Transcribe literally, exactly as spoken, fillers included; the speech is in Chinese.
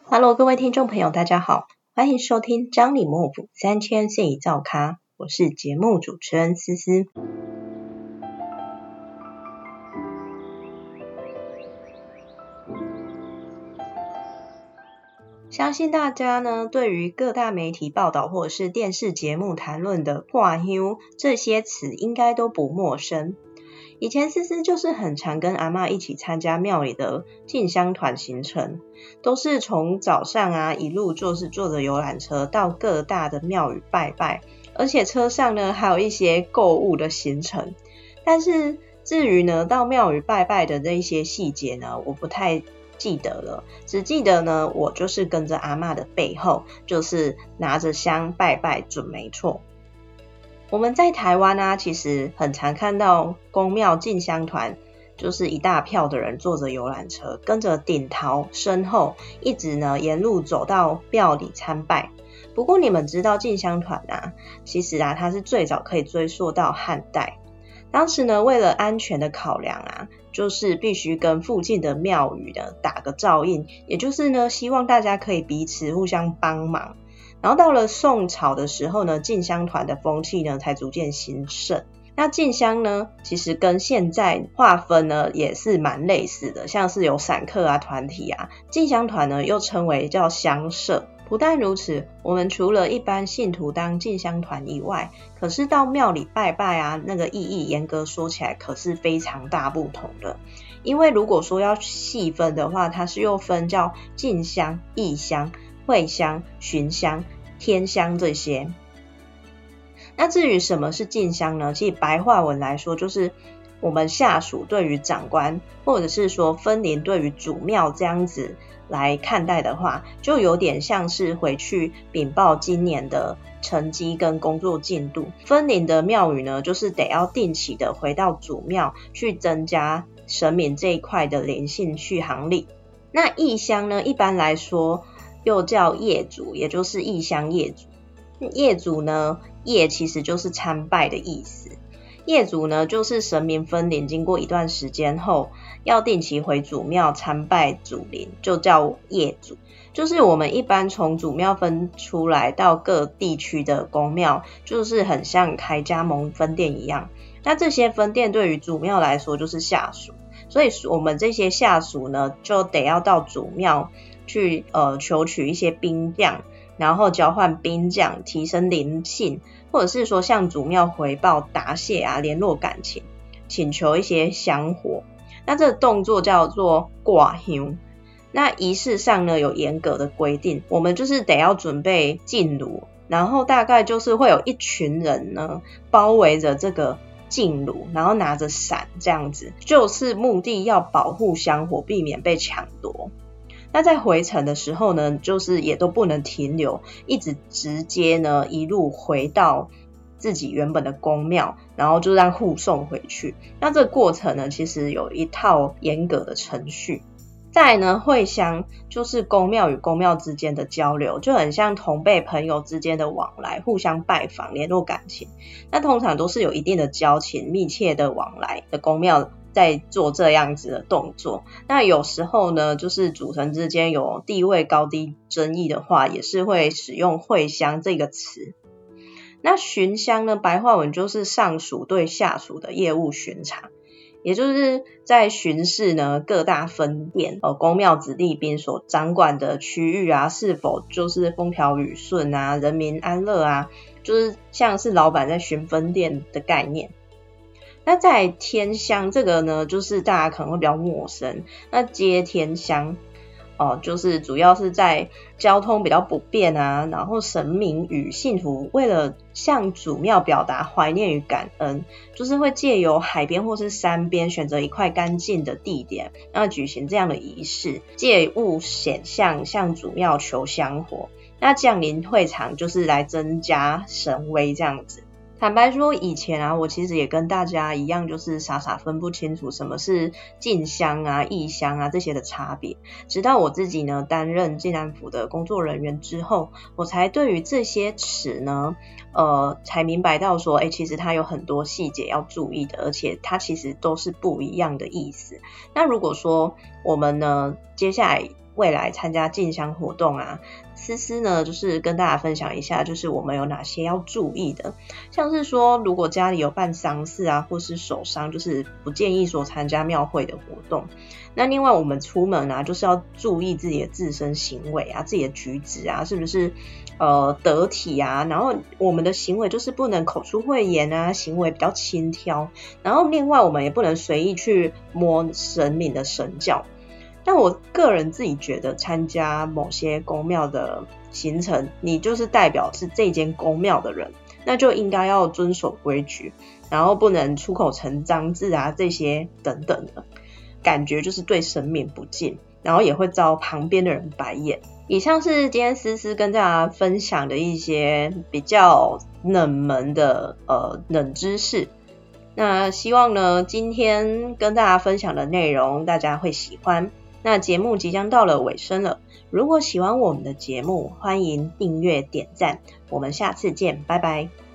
Hello， 各位听众朋友，大家好，欢迎收听张李莫府三千岁造咖，我是节目主持人思思。相信大家呢，对于各大媒体报道或者是电视节目谈论的挂香这些词应该都不陌生。以前思思就是很常跟阿嬷一起参加庙里的进香团行程，都是从早上啊一路就是坐着游览车到各大的庙宇拜拜，而且车上呢还有一些购物的行程。但是至于呢到庙宇拜拜的这一些细节呢，我不太记得了，只记得呢我就是跟着阿嬷的背后，就是拿着香拜拜准没错。我们在台湾啊，其实很常看到宫庙进香团，就是一大票的人坐着游览车，跟着顶桃身后，一直呢沿路走到庙里参拜。不过你们知道进香团啊，其实啊它是最早可以追溯到汉代。当时呢为了安全的考量啊，就是必须跟附近的庙宇呢打个照应，也就是呢希望大家可以彼此互相帮忙。然后到了宋朝的时候呢，进香团的风气呢才逐渐兴盛。那进香呢，其实跟现在划分呢也是蛮类似的，像是有散客啊、团体啊，进香团呢又称为叫香社。不但如此，我们除了一般信徒当进香团以外，可是到庙里拜拜啊，那个意义严格说起来可是非常大不同的。因为如果说要细分的话，它是又分叫进香、义香、会香、巡香、天香这些。那至于什么是进香呢？其实白话文来说，就是我们下属对于长官，或者是说分灵对于主庙这样子来看待的话，就有点像是回去禀报今年的成绩跟工作进度。分灵的庙宇呢，就是得要定期的回到主庙去增加神明这一块的灵性续航力。那义香呢，一般来说又叫业主，也就是义香业主。业主呢，业其实就是参拜的意思。业主呢，就是神明分灵经过一段时间后，要定期回主庙参拜主灵，就叫业主。就是我们一般从主庙分出来到各地区的公庙，就是很像开加盟分店一样。那这些分店对于主庙来说就是下属，所以我们这些下属呢，就得要到主庙去呃求取一些兵将，然后交换兵将，提升灵性，或者是说向主庙回报答谢啊，联络感情，请求一些香火。那这个动作叫做挂香。那仪式上呢有严格的规定，我们就是得要准备进炉，然后大概就是会有一群人呢包围着这个进炉，然后拿着伞这样子，就是目的要保护香火，避免被抢夺。那在回程的时候呢，就是也都不能停留，一直直接呢一路回到自己原本的宫庙，然后就让护送回去。那这个过程呢，其实有一套严格的程序。再来呢，会香就是宫庙与宫庙之间的交流，就很像同辈朋友之间的往来，互相拜访，联络感情。那通常都是有一定的交情，密切的往来的宫庙在做这样子的动作。那有时候呢，就是主神之间有地位高低争议的话，也是会使用会香这个词。那巡香呢，白话文就是上属对下属的业务巡查，也就是在巡视呢各大分店呃宫庙子弟兵所掌管的区域啊，是否就是风调雨顺啊，人民安乐啊，就是像是老板在巡分店的概念。那在天香这个呢，就是大家可能会比较陌生。那接天香哦，就是主要是在交通比较不便啊，然后神明与信徒为了向主庙表达怀念与感恩，就是会借由海边或是山边选择一块干净的地点，那举行这样的仪式，借物显象向主庙求香火。那降临会场就是来增加神威这样子。坦白说，以前啊，我其实也跟大家一样，就是傻傻分不清楚什么是进香啊、义香啊这些的差别。直到我自己呢担任进安府的工作人员之后，我才对于这些词呢，呃，才明白到说，哎，其实它有很多细节要注意的，而且它其实都是不一样的意思。那如果说我们呢，接下来未来参加进香活动啊，思思呢就是跟大家分享一下，就是我们有哪些要注意的，像是说如果家里有办丧事啊，或是守丧，就是不建议说参加庙会的活动。那另外我们出门啊，就是要注意自己的自身行为啊，自己的举止啊，是不是呃得体啊，然后我们的行为就是不能口出秽言啊，行为比较轻佻，然后另外我们也不能随意去摸神明的神教。但我个人自己觉得参加某些宫庙的行程，你就是代表是这间宫庙的人，那就应该要遵守规矩，然后不能出口成脏字啊，这些等等的，感觉就是对神明不敬，然后也会遭旁边的人白眼。以上是今天思思跟大家分享的一些比较冷门的呃冷知识。那希望呢今天跟大家分享的内容大家会喜欢。那节目即将到了尾声了，如果喜欢我们的节目，欢迎订阅点赞，我们下次见，拜拜。